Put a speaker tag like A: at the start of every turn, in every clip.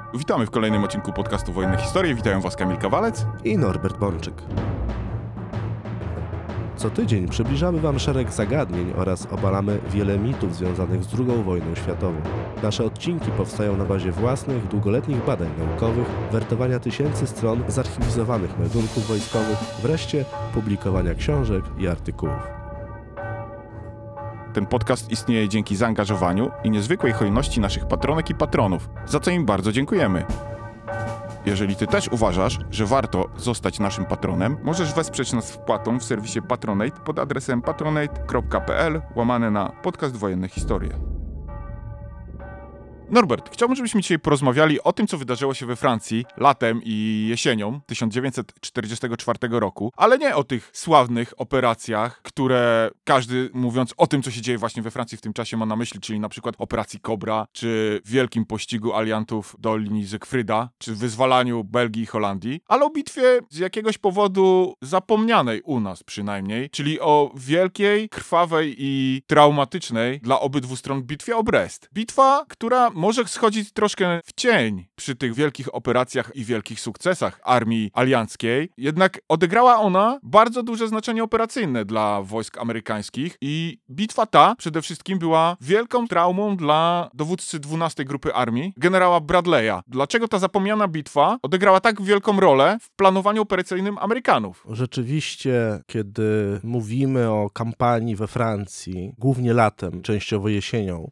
A: Witamy w kolejnym odcinku podcastu Wojenne Historie. Witają Was Kamil Kawalec
B: i Norbert Bączyk. Co tydzień przybliżamy Wam szereg zagadnień oraz obalamy wiele mitów związanych z II wojną światową. Nasze odcinki powstają na bazie własnych, długoletnich badań naukowych, wertowania tysięcy stron zarchiwizowanych meldunków wojskowych, wreszcie publikowania książek i artykułów.
A: Ten podcast istnieje dzięki zaangażowaniu i niezwykłej hojności naszych patronek i patronów, za co im bardzo dziękujemy. Jeżeli Ty też uważasz, że warto zostać naszym patronem, możesz wesprzeć nas wpłatą w serwisie Patronate pod adresem patronate.pl/podcast Wojenne Historie. Norbert, chciałbym, żebyśmy dzisiaj porozmawiali o tym, co wydarzyło się we Francji latem i jesienią 1944 roku, ale nie o tych sławnych operacjach, które każdy, mówiąc o tym, co się dzieje właśnie we Francji w tym czasie, ma na myśli, czyli na przykład operacji Cobra, czy wielkim pościgu aliantów do linii Siegfrieda, czy wyzwalaniu Belgii i Holandii, ale o bitwie z jakiegoś powodu zapomnianej u nas przynajmniej, czyli o wielkiej, krwawej i traumatycznej dla obydwu stron bitwie o Brest. Bitwa, która może schodzić troszkę w cień przy tych wielkich operacjach i wielkich sukcesach armii alianckiej, jednak odegrała ona bardzo duże znaczenie operacyjne dla wojsk amerykańskich i bitwa ta przede wszystkim była wielką traumą dla dowódcy 12 Grupy Armii, generała Bradley'a. Dlaczego ta zapomniana bitwa odegrała tak wielką rolę w planowaniu operacyjnym Amerykanów?
B: Rzeczywiście, kiedy mówimy o kampanii we Francji, głównie latem, częściowo jesienią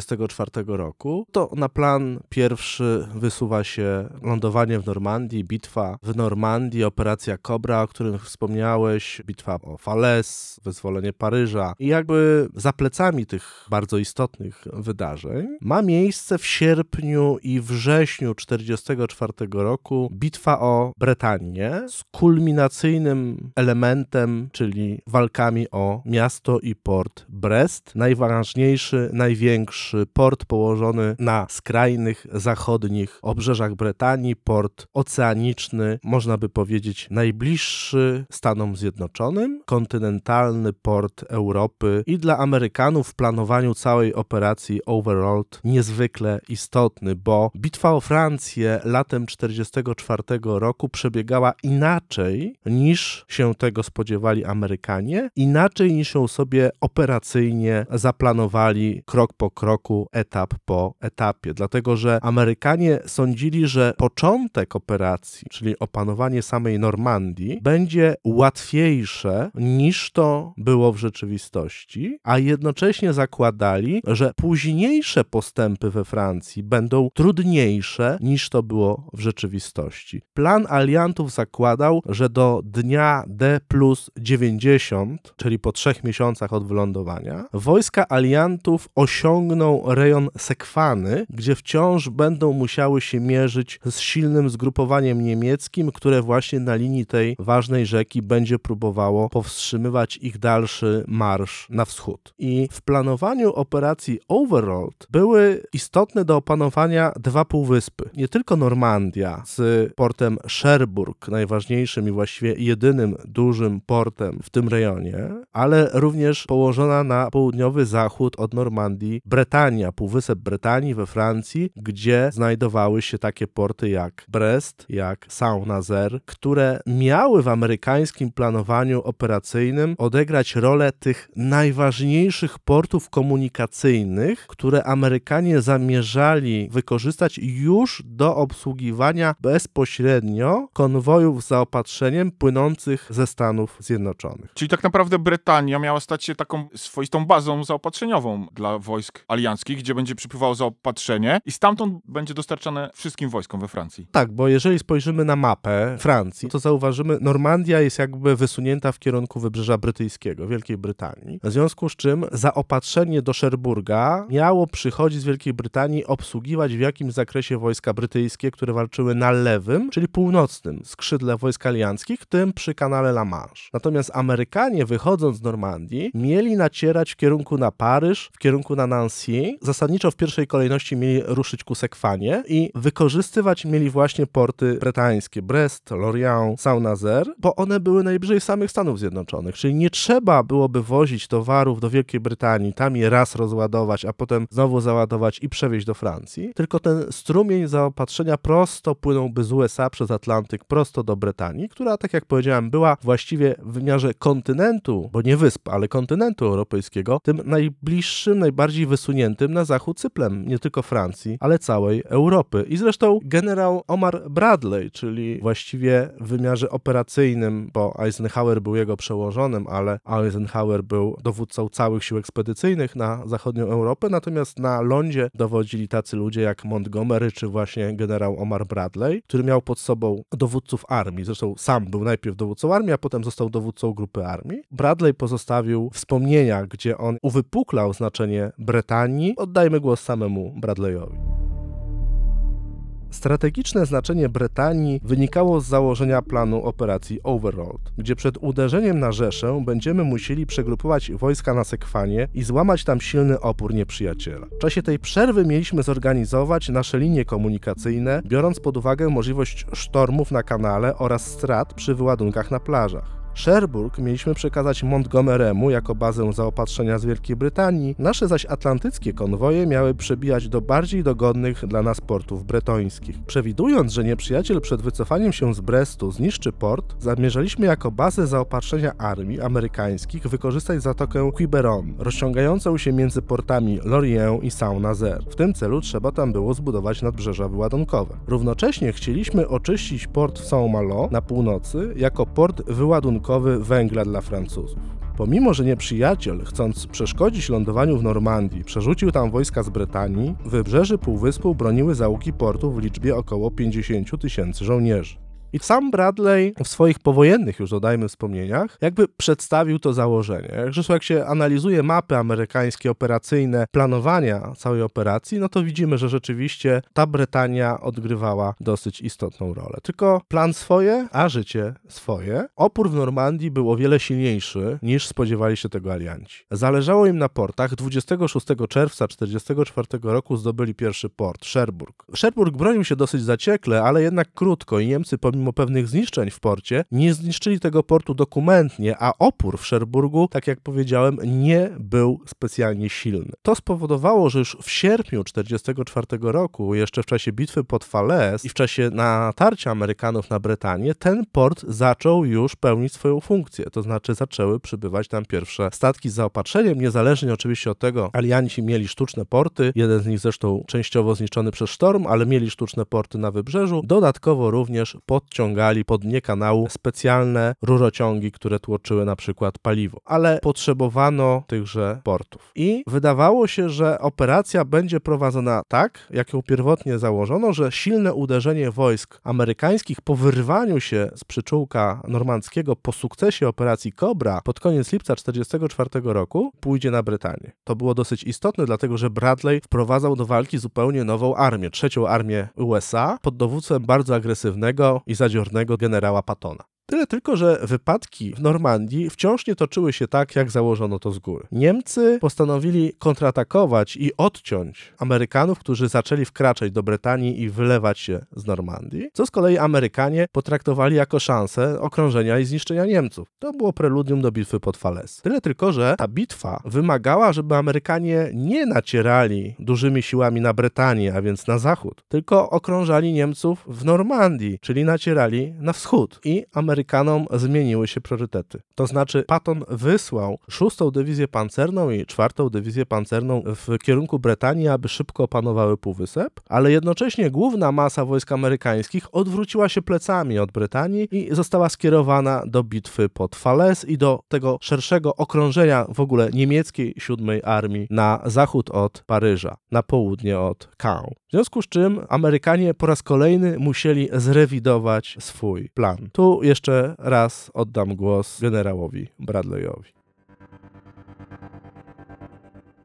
B: 1944 roku, to na plan pierwszy wysuwa się lądowanie w Normandii, bitwa w Normandii, operacja Cobra, o którym wspomniałeś, bitwa o Falaise, wyzwolenie Paryża. I jakby za plecami tych bardzo istotnych wydarzeń ma miejsce w sierpniu i wrześniu 1944 roku bitwa o Bretanię z kulminacyjnym elementem, czyli walkami o miasto i port Brest. Najważniejszy, największy port położony na skrajnych zachodnich obrzeżach Brytanii, port oceaniczny, można by powiedzieć najbliższy Stanom Zjednoczonym, kontynentalny port Europy i dla Amerykanów w planowaniu całej operacji Overlord niezwykle istotny, bo bitwa o Francję latem 1944 roku przebiegała inaczej niż się tego spodziewali Amerykanie, inaczej niż ją sobie operacyjnie zaplanowali krok po kroku, etap po etapie, dlatego że Amerykanie sądzili, że początek operacji, czyli opanowanie samej Normandii, będzie łatwiejsze niż to było w rzeczywistości, a jednocześnie zakładali, że późniejsze postępy we Francji będą trudniejsze niż to było w rzeczywistości. Plan aliantów zakładał, że do dnia D+90, czyli po 3 miesiącach od wylądowania, wojska aliantów osiągną rejon Sekwany, gdzie wciąż będą musiały się mierzyć z silnym zgrupowaniem niemieckim, które właśnie na linii tej ważnej rzeki będzie próbowało powstrzymywać ich dalszy marsz na wschód. I w planowaniu operacji Overlord były istotne do opanowania dwa półwyspy. Nie tylko Normandia z portem Cherbourg, najważniejszym i właściwie jedynym dużym portem w tym rejonie, ale również położona na południowy zachód od Normandii Bretania, półwysep Bretanii we Francji, gdzie znajdowały się takie porty jak Brest, jak Saint-Nazaire, które miały w amerykańskim planowaniu operacyjnym odegrać rolę tych najważniejszych portów komunikacyjnych, które Amerykanie zamierzali wykorzystać już do obsługiwania bezpośrednio konwojów z zaopatrzeniem płynących ze Stanów Zjednoczonych.
A: Czyli tak naprawdę Brytania miała stać się taką swoistą bazą zaopatrzeniową dla wojsk alianckich, gdzie będzie przypływało zaopatrzenie i stamtąd będzie dostarczane wszystkim wojskom we Francji.
B: Tak, bo jeżeli spojrzymy na mapę Francji, to zauważymy, Normandia jest jakby wysunięta w kierunku wybrzeża brytyjskiego, Wielkiej Brytanii. W związku z czym zaopatrzenie do Cherbourga miało przychodzić z Wielkiej Brytanii, obsługiwać w jakimś zakresie wojska brytyjskie, które walczyły na lewym, czyli północnym skrzydle wojsk alianckich, tym przy kanale La Manche. Natomiast Amerykanie, wychodząc z Normandii, mieli nacierać w kierunku na Paryż, w kierunku na Nancy, zasadniczo w pierwszej kolejności kolejności mieli ruszyć ku Sekwanie i wykorzystywać mieli właśnie porty bretańskie, Brest, Lorient, Saint-Nazaire, bo one były najbliżej samych Stanów Zjednoczonych, czyli nie trzeba byłoby wozić towarów do Wielkiej Brytanii, tam je raz rozładować, a potem znowu załadować i przewieźć do Francji, tylko ten strumień zaopatrzenia prosto płynąłby z USA przez Atlantyk prosto do Brytanii, która, tak jak powiedziałem, była właściwie w wymiarze kontynentu, bo nie wysp, ale kontynentu europejskiego, tym najbliższym, najbardziej wysuniętym na zachód cyplem, nie tylko Francji, ale całej Europy. I zresztą generał Omar Bradley, czyli właściwie w wymiarze operacyjnym, bo Eisenhower był jego przełożonym, ale Eisenhower był dowódcą całych sił ekspedycyjnych na zachodnią Europę, natomiast na lądzie dowodzili tacy ludzie jak Montgomery, czy właśnie generał Omar Bradley, który miał pod sobą dowódców armii. Zresztą sam był najpierw dowódcą armii, a potem został dowódcą grupy armii. Bradley pozostawił wspomnienia, gdzie on uwypuklał znaczenie Brytanii. Oddajmy głos samemu Bradleyowi. Strategiczne znaczenie Brytanii wynikało z założenia planu operacji Overlord, gdzie przed uderzeniem na Rzeszę będziemy musieli przegrupować wojska na Sekwanie i złamać tam silny opór nieprzyjaciela. W czasie tej przerwy mieliśmy zorganizować nasze linie komunikacyjne, biorąc pod uwagę możliwość sztormów na kanale oraz strat przy wyładunkach na plażach. Cherbourg mieliśmy przekazać Montgomery'emu jako bazę zaopatrzenia z Wielkiej Brytanii, nasze zaś atlantyckie konwoje miały przebijać do bardziej dogodnych dla nas portów bretońskich. Przewidując, że nieprzyjaciel przed wycofaniem się z Brestu zniszczy port, zamierzaliśmy jako bazę zaopatrzenia armii amerykańskich wykorzystać zatokę Quiberon, rozciągającą się między portami Lorient i Saint-Nazaire. W tym celu trzeba tam było zbudować nadbrzeża wyładunkowe. Równocześnie chcieliśmy oczyścić port w Saint-Malo na północy jako port wyładunkowy węgla dla Francuzów. Pomimo, że nieprzyjaciel, chcąc przeszkodzić lądowaniu w Normandii, przerzucił tam wojska z Brytanii, wybrzeży półwyspu broniły załogi portu w liczbie około 50 000 żołnierzy. I sam Bradley w swoich powojennych, już dodajmy, wspomnieniach, jakby przedstawił to założenie. Zresztą jak się analizuje mapy amerykańskie operacyjne planowania całej operacji, no to widzimy, że rzeczywiście ta Brytania odgrywała dosyć istotną rolę. Tylko plan swoje, a życie swoje. Opór w Normandii był o wiele silniejszy niż spodziewali się tego alianci. Zależało im na portach. 26 czerwca 1944 roku zdobyli pierwszy port, Cherbourg. Cherbourg bronił się dosyć zaciekle, ale jednak krótko i Niemcy pomimo pewnych zniszczeń w porcie, nie zniszczyli tego portu dokumentnie, a opór w Cherbourgu, tak jak powiedziałem, nie był specjalnie silny. To spowodowało, że już w sierpniu 1944 roku, jeszcze w czasie bitwy pod Falaise i w czasie natarcia Amerykanów na Brytanię, ten port zaczął już pełnić swoją funkcję, to znaczy zaczęły przybywać tam pierwsze statki z zaopatrzeniem, niezależnie oczywiście od tego, alianci mieli sztuczne porty, jeden z nich zresztą częściowo zniszczony przez sztorm, ale mieli sztuczne porty na wybrzeżu, dodatkowo również podciągali po dnie kanału specjalne rurociągi, które tłoczyły na przykład paliwo. Ale potrzebowano tychże portów. I wydawało się, że operacja będzie prowadzona tak, jak ją pierwotnie założono, że silne uderzenie wojsk amerykańskich po wyrwaniu się z przyczółka normandzkiego po sukcesie operacji Cobra pod koniec lipca 1944 roku pójdzie na Brytanię. To było dosyć istotne, dlatego że Bradley wprowadzał do walki zupełnie nową armię, trzecią armię USA pod dowództwem bardzo agresywnego i zadziornego generała Pattona. Tyle tylko, że wypadki w Normandii wciąż nie toczyły się tak, jak założono to z góry. Niemcy postanowili kontratakować i odciąć Amerykanów, którzy zaczęli wkraczać do Brytanii i wylewać się z Normandii, co z kolei Amerykanie potraktowali jako szansę okrążenia i zniszczenia Niemców. To było preludium do bitwy pod Falaise. Tyle tylko, że ta bitwa wymagała, żeby Amerykanie nie nacierali dużymi siłami na Brytanię, a więc na zachód, tylko okrążali Niemców w Normandii, czyli nacierali na wschód. I Amerykanom zmieniły się priorytety. To znaczy Patton wysłał 6. Dywizję Pancerną i 4. Dywizję Pancerną w kierunku Brytanii, aby szybko opanowały Półwysep, ale jednocześnie główna masa wojsk amerykańskich odwróciła się plecami od Brytanii i została skierowana do bitwy pod Falaise i do tego szerszego okrążenia w ogóle niemieckiej 7. Armii na zachód od Paryża, na południe od Caen. W związku z czym Amerykanie po raz kolejny musieli zrewidować swój plan. Tu jeszcze raz oddam głos generałowi Bradleyowi.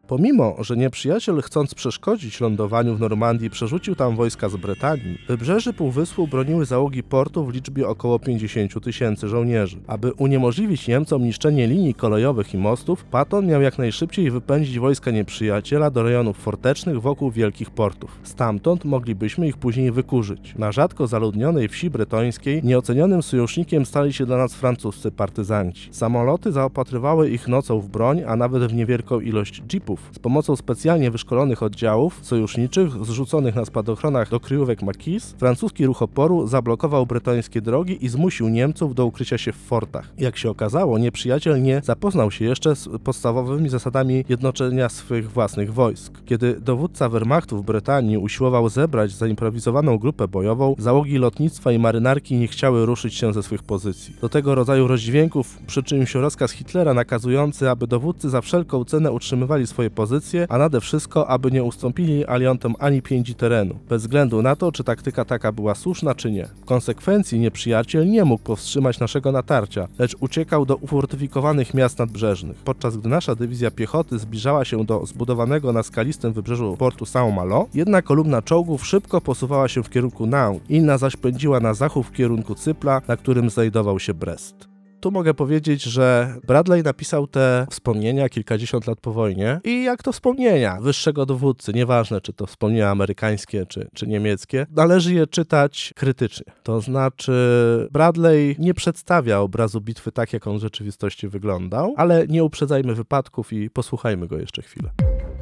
B: Pomimo, że nieprzyjaciel, chcąc przeszkodzić lądowaniu w Normandii, przerzucił tam wojska z Brytanii, wybrzeży Półwyspu broniły załogi portu w liczbie około 50 000 żołnierzy. Aby uniemożliwić Niemcom niszczenie linii kolejowych i mostów, Patton miał jak najszybciej wypędzić wojska nieprzyjaciela do rejonów fortecznych wokół wielkich portów. Stamtąd moglibyśmy ich później wykurzyć. Na rzadko zaludnionej wsi bretońskiej nieocenionym sojusznikiem stali się dla nas francuscy partyzanci. Samoloty zaopatrywały ich nocą w broń, a nawet w niewielką ilość jeepów. Z pomocą specjalnie wyszkolonych oddziałów sojuszniczych zrzuconych na spadochronach do kryjówek Maquis, francuski ruch oporu zablokował bretońskie drogi i zmusił Niemców do ukrycia się w fortach. Jak się okazało, nieprzyjaciel nie zapoznał się jeszcze z podstawowymi zasadami jednoczenia swych własnych wojsk. Kiedy dowódca Wehrmachtu w Brytanii usiłował zebrać zaimprowizowaną grupę bojową, załogi lotnictwa i marynarki nie chciały ruszyć się ze swych pozycji. Do tego rodzaju rozdźwięków przyczynił się rozkaz Hitlera nakazujący, aby dowódcy za wszelką cenę utrzymywali swoje pozycje, a nade wszystko, aby nie ustąpili aliantom ani pięci terenu, bez względu na to, czy taktyka taka była słuszna, czy nie. W konsekwencji nieprzyjaciel nie mógł powstrzymać naszego natarcia, lecz uciekał do ufortyfikowanych miast nadbrzeżnych. Podczas gdy nasza dywizja piechoty zbliżała się do zbudowanego na skalistym wybrzeżu portu Saint-Malo, jedna kolumna czołgów szybko posuwała się w kierunku Nantes, inna zaś pędziła na zachód w kierunku Cypla, na którym znajdował się Brest. Tu mogę powiedzieć, że Bradley napisał te wspomnienia kilkadziesiąt lat po wojnie i jak to wspomnienia wyższego dowódcy, nieważne czy to wspomnienia amerykańskie czy niemieckie, należy je czytać krytycznie. To znaczy Bradley nie przedstawia obrazu bitwy tak, jak on w rzeczywistości wyglądał, ale nie uprzedzajmy wypadków i posłuchajmy go jeszcze chwilę.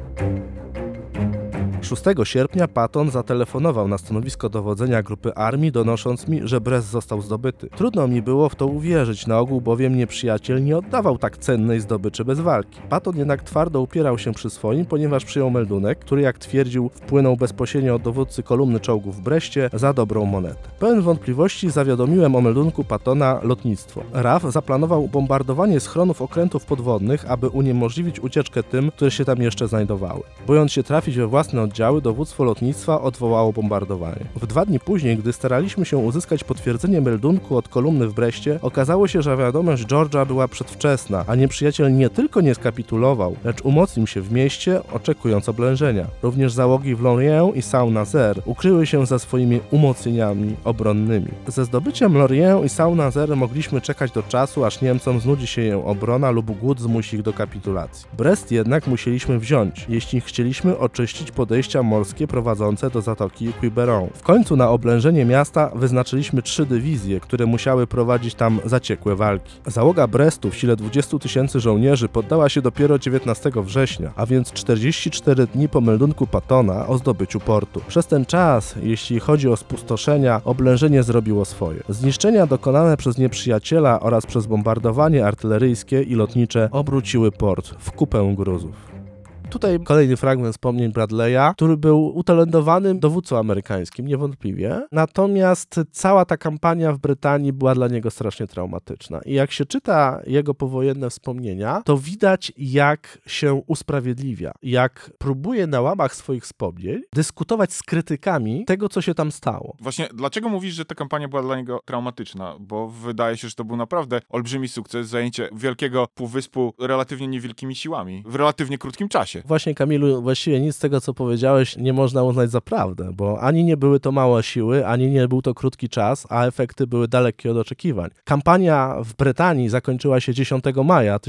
B: 6 sierpnia Patton zatelefonował na stanowisko dowodzenia grupy armii, donosząc mi, że Brest został zdobyty. Trudno mi było w to uwierzyć, na ogół bowiem nieprzyjaciel nie oddawał tak cennej zdobyczy bez walki. Patton jednak twardo upierał się przy swoim, ponieważ przyjął meldunek, który jak twierdził wpłynął bezpośrednio od dowódcy kolumny czołgów w Breście za dobrą monetę. Pełen wątpliwości zawiadomiłem o meldunku Pattona lotnictwo. RAF zaplanował bombardowanie schronów okrętów podwodnych, aby uniemożliwić ucieczkę tym, które się tam jeszcze znajdowały. Bojąc się trafić we własne oddziały, dowództwo lotnictwa odwołało bombardowanie. W 2 dni później, gdy staraliśmy się uzyskać potwierdzenie meldunku od kolumny w Breście, okazało się, że wiadomość George'a była przedwczesna, a nieprzyjaciel nie tylko nie skapitulował, lecz umocnił się w mieście, oczekując oblężenia. Również załogi w Lorient i Saint-Nazaire ukryły się za swoimi umocnieniami obronnymi. Ze zdobyciem Lorient i Saint-Nazaire mogliśmy czekać do czasu, aż Niemcom znudzi się jej obrona lub głód zmusi ich do kapitulacji. Brest jednak musieliśmy wziąć, jeśli chcieliśmy oczyścić podejścia morskie prowadzące do zatoki Quiberon. W końcu na oblężenie miasta wyznaczyliśmy 3 dywizje, które musiały prowadzić tam zaciekłe walki. Załoga Brestu w sile 20 000 żołnierzy poddała się dopiero 19 września, a więc 44 dni po meldunku Pattona o zdobyciu portu. Przez ten czas, jeśli chodzi o spustoszenia, oblężenie zrobiło swoje. Zniszczenia dokonane przez nieprzyjaciela oraz przez bombardowanie artyleryjskie i lotnicze obróciły port w kupę gruzów. Tutaj kolejny fragment wspomnień Bradley'a, który był utalentowanym dowódcą amerykańskim, niewątpliwie. Natomiast cała ta kampania w Brytanii była dla niego strasznie traumatyczna. I jak się czyta jego powojenne wspomnienia, to widać, jak się usprawiedliwia, jak próbuje na łamach swoich wspomnień dyskutować z krytykami tego, co się tam stało.
A: Właśnie, dlaczego mówisz, że ta kampania była dla niego traumatyczna? Bo wydaje się, że to był naprawdę olbrzymi sukces, zajęcie wielkiego półwyspu relatywnie niewielkimi siłami, w relatywnie krótkim czasie.
B: Właśnie, Kamilu, właściwie nic z tego, co powiedziałeś, nie można uznać za prawdę, bo ani nie były to małe siły, ani nie był to krótki czas, a efekty były dalekie od oczekiwań. Kampania w Brytanii zakończyła się 10 maja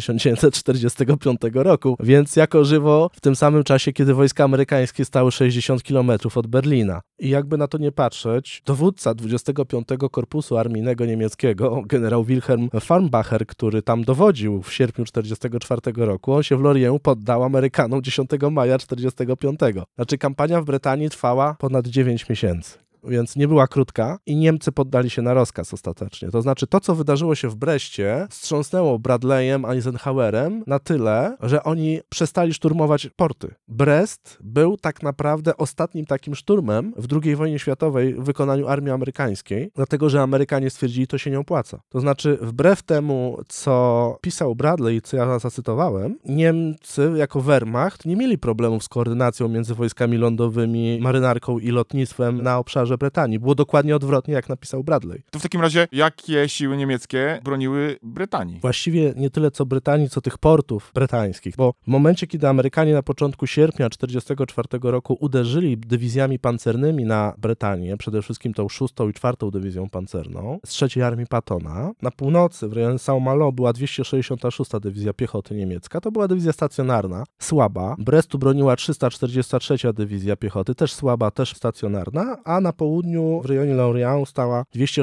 B: 1945 roku, więc jako żywo w tym samym czasie, kiedy wojska amerykańskie stały 60 km od Berlina. I jakby na to nie patrzeć, dowódca 25 Korpusu Armijnego Niemieckiego, generał Wilhelm Farnbacher, który tam dowodził w sierpniu 1944 roku, on się w Lorient poddał Amerykanom 10 maja 1945. Znaczy kampania w Brytanii trwała ponad 9 miesięcy. Więc nie była krótka i Niemcy poddali się na rozkaz ostatecznie. To znaczy to, co wydarzyło się w Breście, wstrząsnęło Bradleyem, Eisenhowerem na tyle, że oni przestali szturmować porty. Brest był tak naprawdę ostatnim takim szturmem w II wojnie światowej w wykonaniu armii amerykańskiej, dlatego że Amerykanie stwierdzili, to się nie opłaca. To znaczy wbrew temu, co pisał Bradley i co ja zacytowałem, Niemcy jako Wehrmacht nie mieli problemów z koordynacją między wojskami lądowymi, marynarką i lotnictwem na obszarze obszarze Brytanii. Było dokładnie odwrotnie, jak napisał Bradley.
A: To w takim razie, jakie siły niemieckie broniły Brytanii?
B: Właściwie nie tyle co Brytanii, co tych portów brytańskich, bo w momencie, kiedy Amerykanie na początku sierpnia 1944 roku uderzyli dywizjami pancernymi na Brytanię, przede wszystkim tą 6. i 4. dywizją pancerną z 3. Armii Pattona, na północy w rejonie Saint-Malo była 266. dywizja piechoty niemiecka. To była dywizja stacjonarna, słaba. Brestu broniła 343. dywizja piechoty, też słaba, też stacjonarna, a na południu w rejonie Lorient stała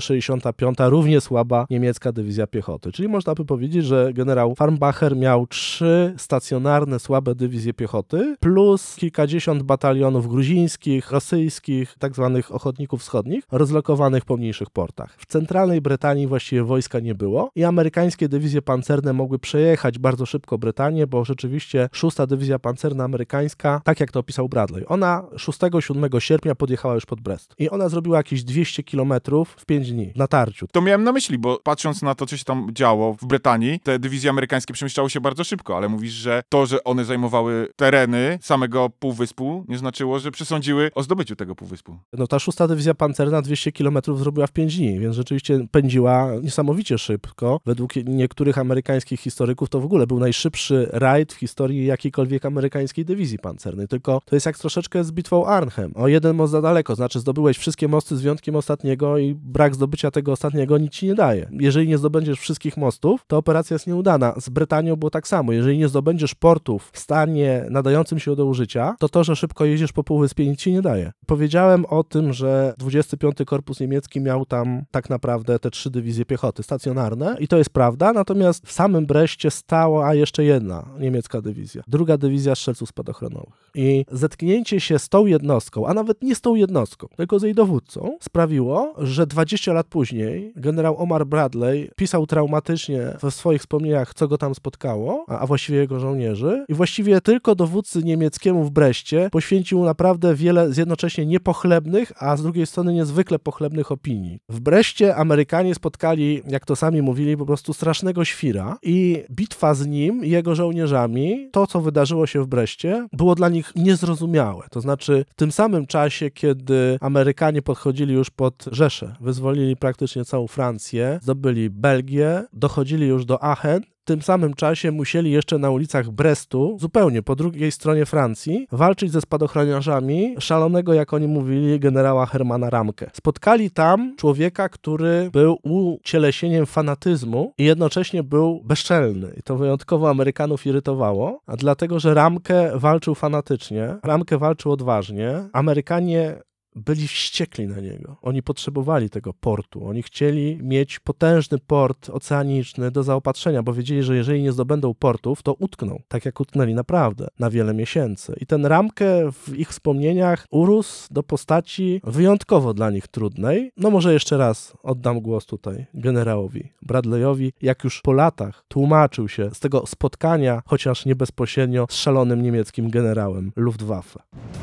B: 265. równie słaba niemiecka dywizja piechoty. Czyli można by powiedzieć, że generał Farnbacher miał 3 stacjonarne, słabe dywizje piechoty plus kilkadziesiąt batalionów gruzińskich, rosyjskich, tak zwanych ochotników wschodnich, rozlokowanych w pomniejszych portach. W centralnej Brytanii właściwie wojska nie było i amerykańskie dywizje pancerne mogły przejechać bardzo szybko Brytanię, bo rzeczywiście 6. dywizja pancerna amerykańska, tak jak to opisał Bradley, ona 6-7 sierpnia podjechała już pod Brest. I ona zrobiła jakieś 200 kilometrów w 5 dni w natarciu.
A: To miałem na myśli, bo patrząc na to, co się tam działo w Brytanii, te dywizje amerykańskie przemieszczały się bardzo szybko, ale mówisz, że to, że one zajmowały tereny samego półwyspu, nie znaczyło, że przesądziły o zdobyciu tego półwyspu.
B: No ta 6. dywizja pancerna 200 kilometrów zrobiła w 5 dni, więc rzeczywiście pędziła niesamowicie szybko. Według niektórych amerykańskich historyków to w ogóle był najszybszy rajd w historii jakiejkolwiek amerykańskiej dywizji pancernej. Tylko to jest jak troszeczkę z bitwą Arnhem. O jeden most za daleko, znaczy zdobyłeś wszystkie mosty z wyjątkiem ostatniego i brak zdobycia tego ostatniego nic ci nie daje. Jeżeli nie zdobędziesz wszystkich mostów, to operacja jest nieudana. Z Brytanią było tak samo. Jeżeli nie zdobędziesz portów w stanie nadającym się do użycia, to, że szybko jedziesz po półwyspie, nic ci nie daje. Powiedziałem o tym, że 25. Korpus Niemiecki miał tam tak naprawdę te 3 dywizje piechoty stacjonarne i to jest prawda, natomiast w samym Breście stała jeszcze jedna niemiecka dywizja. 2. dywizja strzelców spadochronowych. I zetknięcie się z tą jednostką, a nawet nie z tą jednostką, tylko z jej dowódcą, sprawiło, że 20 lat później generał Omar Bradley pisał traumatycznie we swoich wspomnieniach, co go tam spotkało, a właściwie jego żołnierzy. I właściwie tylko dowódcy niemieckiemu w Breście poświęcił naprawdę wiele jednocześnie niepochlebnych, a z drugiej strony niezwykle pochlebnych opinii. W Breście Amerykanie spotkali, jak to sami mówili, po prostu strasznego świra i bitwa z nim i jego żołnierzami, to co wydarzyło się w Breście, było dla nich niezrozumiałe. To znaczy w tym samym czasie, kiedy Amerykanie podchodzili już pod Rzeszę, wyzwolili praktycznie całą Francję, zdobyli Belgię, dochodzili już do Aachen, w tym samym czasie musieli jeszcze na ulicach Brestu, zupełnie po drugiej stronie Francji, walczyć ze spadochroniarzami szalonego, jak oni mówili, generała Hermana Ramke. Spotkali tam człowieka, który był ucieleśnieniem fanatyzmu i jednocześnie był bezczelny. I to wyjątkowo Amerykanów irytowało, a dlatego, że Ramke walczył fanatycznie, Ramke walczył odważnie, Amerykanie byli wściekli na niego. Oni potrzebowali tego portu. Oni chcieli mieć potężny port oceaniczny do zaopatrzenia, bo wiedzieli, że jeżeli nie zdobędą portów, to utkną. Tak jak utknęli naprawdę na wiele miesięcy. I ten Ramke w ich wspomnieniach urósł do postaci wyjątkowo dla nich trudnej. No może jeszcze raz oddam głos tutaj generałowi Bradleyowi, jak już po latach tłumaczył się z tego spotkania, chociaż nie bezpośrednio, z szalonym niemieckim generałem Luftwaffe.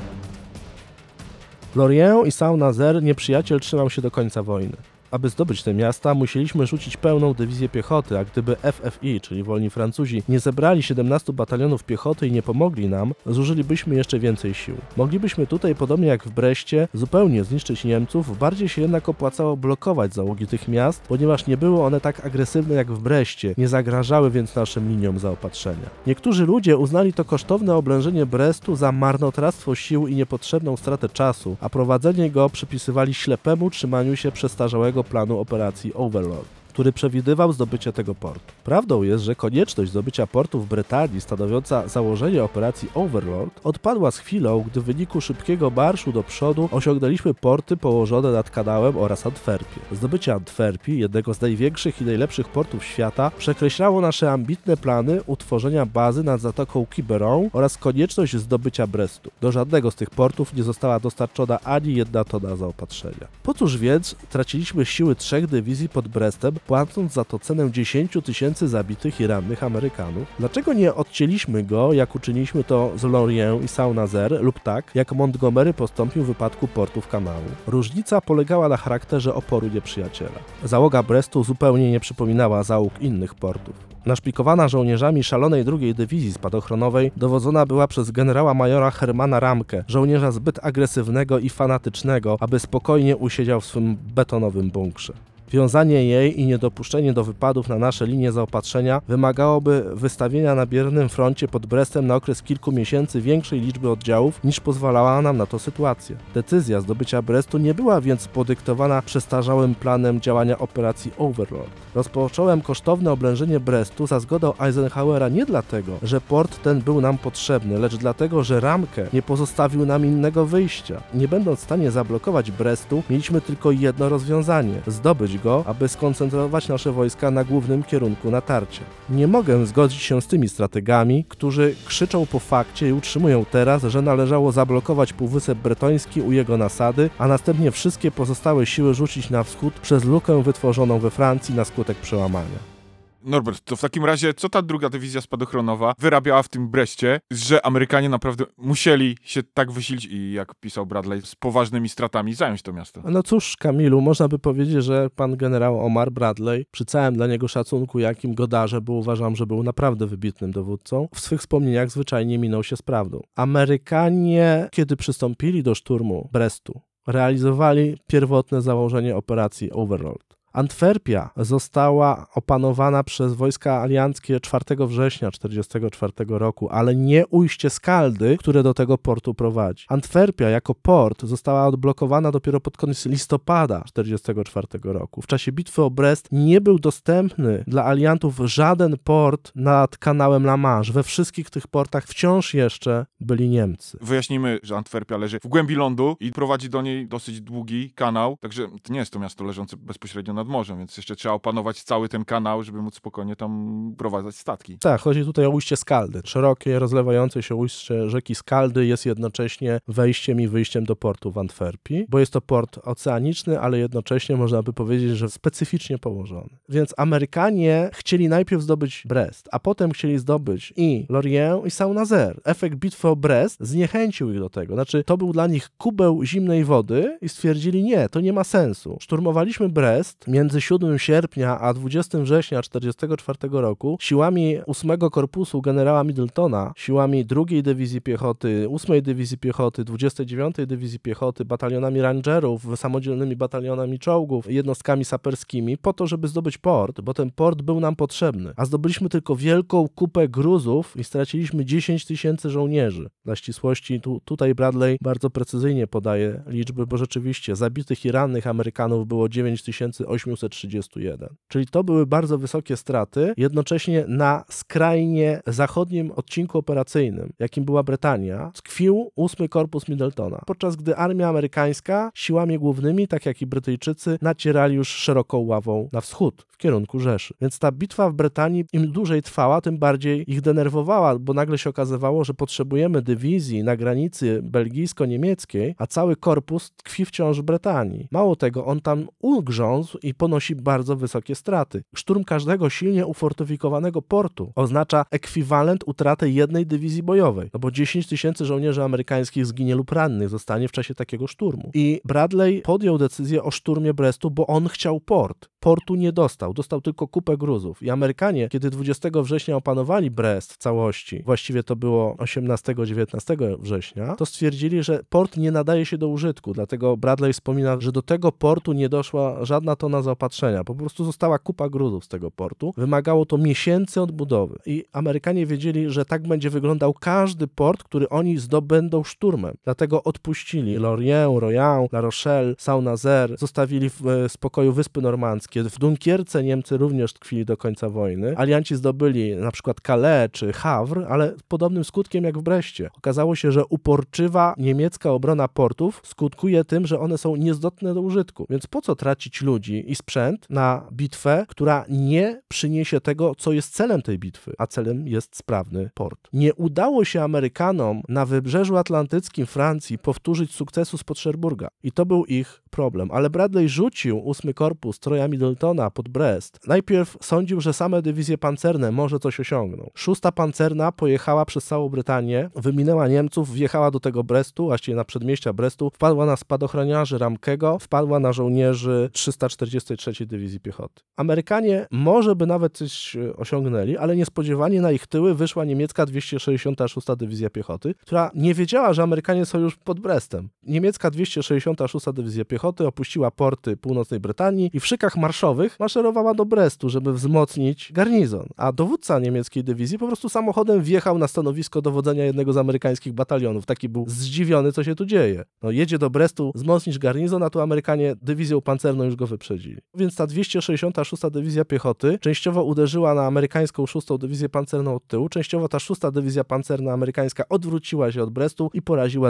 B: Lorient i Saint-Nazaire nieprzyjaciel trzymał się do końca wojny. Aby zdobyć te miasta, musieliśmy rzucić pełną dywizję piechoty, a gdyby FFI, czyli wolni Francuzi, nie zebrali 17 batalionów piechoty i nie pomogli nam, zużylibyśmy jeszcze więcej sił. Moglibyśmy tutaj, podobnie jak w Breście, zupełnie zniszczyć Niemców, bardziej się jednak opłacało blokować załogi tych miast, ponieważ nie były one tak agresywne jak w Breście, nie zagrażały więc naszym liniom zaopatrzenia. Niektórzy ludzie uznali to kosztowne oblężenie Brestu za marnotrawstwo sił i niepotrzebną stratę czasu, a prowadzenie go przypisywali ślepemu trzymaniu się przestarzałego planu operacji Overlord, który przewidywał zdobycie tego portu. Prawdą jest, że konieczność zdobycia portu w Brytanii, stanowiąca założenie operacji Overlord, odpadła z chwilą, gdy w wyniku szybkiego marszu do przodu osiągnęliśmy porty położone nad kanałem oraz Antwerpię. Zdobycie Antwerpii, jednego z największych i najlepszych portów świata, przekreślało nasze ambitne plany utworzenia bazy nad Zatoką Quiberon oraz konieczność zdobycia Brestu. Do żadnego z tych portów nie została dostarczona ani 1 tona zaopatrzenia. Po cóż więc traciliśmy siły 3 dywizji pod Brestem, płacąc za to cenę 10 000 zabitych i rannych Amerykanów? Dlaczego nie odcięliśmy go, jak uczyniliśmy to z Lorient i Saint-Nazaire, lub tak, jak Montgomery postąpił w wypadku portów kanału? Różnica polegała na charakterze oporu nieprzyjaciela. Załoga Brestu zupełnie nie przypominała załóg innych portów. Naszpikowana żołnierzami szalonej II Dywizji Spadochronowej dowodzona była przez generała majora Hermana Ramkę, żołnierza zbyt agresywnego i fanatycznego, aby spokojnie usiedział w swym betonowym bunkrze. Wiązanie jej i niedopuszczenie do wypadów na nasze linie zaopatrzenia wymagałoby wystawienia na biernym froncie pod Brestem na okres kilku miesięcy większej liczby oddziałów, niż pozwalała nam na to sytuacja. Decyzja zdobycia Brestu nie była więc podyktowana przestarzałym planem działania operacji Overlord. Rozpocząłem kosztowne oblężenie Brestu za zgodą Eisenhowera nie dlatego, że port ten był nam potrzebny, lecz dlatego, że Ramke nie pozostawił nam innego wyjścia. Nie będąc w stanie zablokować Brestu, mieliśmy tylko jedno rozwiązanie – zdobyć go, aby skoncentrować nasze wojska na głównym kierunku natarcia. Nie mogę zgodzić się z tymi strategami, którzy krzyczą po fakcie i utrzymują teraz, że należało zablokować Półwysep Bretoński u jego nasady, a następnie wszystkie pozostałe siły rzucić na wschód przez lukę wytworzoną we Francji na skutek przełamania.
A: Norbert, to w takim razie co ta druga dywizja spadochronowa wyrabiała w tym Breście, że Amerykanie naprawdę musieli się tak wysilić i, jak pisał Bradley, z poważnymi stratami zająć to miasto?
B: No cóż, Kamilu, można by powiedzieć, że pan generał Omar Bradley, przy całym dla niego szacunku, jakim go darzę, bo uważam, że był naprawdę wybitnym dowódcą, w swych wspomnieniach zwyczajnie minął się z prawdą. Amerykanie, kiedy przystąpili do szturmu Brestu, realizowali pierwotne założenie operacji Overlord. Antwerpia została opanowana przez wojska alianckie 4 września 1944 roku, ale nie ujście Skaldy, które do tego portu prowadzi. Antwerpia jako port została odblokowana dopiero pod koniec listopada 1944 roku. W czasie bitwy o Brest nie był dostępny dla aliantów żaden port nad kanałem La Manche. We wszystkich tych portach wciąż jeszcze byli Niemcy.
A: Wyjaśnijmy, że Antwerpia leży w głębi lądu i prowadzi do niej dosyć długi kanał, także to nie jest to miasto leżące bezpośrednio nad morzem, więc jeszcze trzeba opanować cały ten kanał, żeby móc spokojnie tam prowadzać statki.
B: Tak, chodzi tutaj o ujście Skaldy. Szerokie, rozlewające się ujście rzeki Skaldy jest jednocześnie wejściem i wyjściem do portu w Antwerpii, bo jest to port oceaniczny, ale jednocześnie można by powiedzieć, że specyficznie położony. Więc Amerykanie chcieli najpierw zdobyć Brest, a potem chcieli zdobyć i Lorient i Saint-Nazaire. Efekt bitwy o Brest zniechęcił ich do tego. Znaczy, to był dla nich kubeł zimnej wody i stwierdzili, nie, to nie ma sensu. Szturmowaliśmy Brest między 7 sierpnia a 20 września 1944 roku siłami 8 Korpusu generała Middletona, siłami 2 Dywizji Piechoty, 8 Dywizji Piechoty, 29 Dywizji Piechoty, batalionami rangerów, samodzielnymi batalionami czołgów, jednostkami saperskimi, po to, żeby zdobyć port, bo ten port był nam potrzebny. A zdobyliśmy tylko wielką kupę gruzów i straciliśmy 10 000 żołnierzy. Dla ścisłości tutaj Bradley bardzo precyzyjnie podaje liczby, bo rzeczywiście zabitych i rannych Amerykanów było 9831. Czyli to były bardzo wysokie straty, jednocześnie na skrajnie zachodnim odcinku operacyjnym, jakim była Brytania, tkwił 8 Korpus Middletona, podczas gdy armia amerykańska siłami głównymi, tak jak i Brytyjczycy, nacierali już szeroką ławą na wschód, w kierunku Rzeszy. Więc ta bitwa w Brytanii im dłużej trwała, tym bardziej ich denerwowała, bo nagle się okazywało, że potrzebujemy dywizji na granicy belgijsko-niemieckiej, a cały korpus tkwi wciąż w Brytanii. Mało tego, on tam ugrzązł i ponosi bardzo wysokie straty. Szturm każdego silnie ufortyfikowanego portu oznacza ekwiwalent utraty jednej dywizji bojowej, no bo 10 000 żołnierzy amerykańskich zginie lub rannych zostanie w czasie takiego szturmu. I Bradley podjął decyzję o szturmie Brestu, bo on chciał port. Portu nie dostał tylko kupę gruzów. I Amerykanie, kiedy 20 września opanowali Brest w całości, właściwie to było 18-19 września, to stwierdzili, że port nie nadaje się do użytku, dlatego Bradley wspomina, że do tego portu nie doszła żadna tona zaopatrzenia, po prostu została kupa gruzów z tego portu. Wymagało to miesięcy odbudowy. I Amerykanie wiedzieli, że tak będzie wyglądał każdy port, który oni zdobędą szturmem. Dlatego odpuścili Lorient, Royan, La Rochelle, Saint-Nazaire, zostawili w spokoju Wyspy Normandzkie. W Dunkierce Niemcy również tkwili do końca wojny. Alianci zdobyli na przykład Calais czy Havre, ale podobnym skutkiem jak w Breście. Okazało się, że uporczywa niemiecka obrona portów skutkuje tym, że one są niezdatne do użytku. Więc po co tracić ludzi i sprzęt na bitwę, która nie przyniesie tego, co jest celem tej bitwy, a celem jest sprawny port. Nie udało się Amerykanom na Wybrzeżu Atlantyckim Francji powtórzyć sukcesu spod Cherbourga i to był ich problem, ale Bradley rzucił 8 Korpus Troya Middletona pod Brest. Najpierw sądził, że same dywizje pancerne może coś osiągną. 6. pancerna pojechała przez całą Brytanię, wyminęła Niemców, wjechała do tego Brestu, właściwie na przedmieścia Brestu, wpadła na spadochroniarzy Ramkego, wpadła na żołnierzy 343 Dywizji Piechoty. Amerykanie może by nawet coś osiągnęli, ale niespodziewanie na ich tyły wyszła niemiecka 266 Dywizja Piechoty, która nie wiedziała, że Amerykanie są już pod Brestem. Niemiecka 266 Dywizja Piechoty opuściła porty północnej Brytanii i w szykach marszowych maszerowała do Brestu, żeby wzmocnić garnizon. A dowódca niemieckiej dywizji po prostu samochodem wjechał na stanowisko dowodzenia jednego z amerykańskich batalionów. Taki był zdziwiony, co się tu dzieje. No, jedzie do Brestu wzmocnić garnizon, a tu Amerykanie dywizją pancerną już go wyprzedzili. Więc ta 266 Dywizja Piechoty częściowo uderzyła na amerykańską 6. Dywizję Pancerną od tyłu, częściowo ta 6. Dywizja Pancerna amerykańska odwróciła się od Brestu i poraziła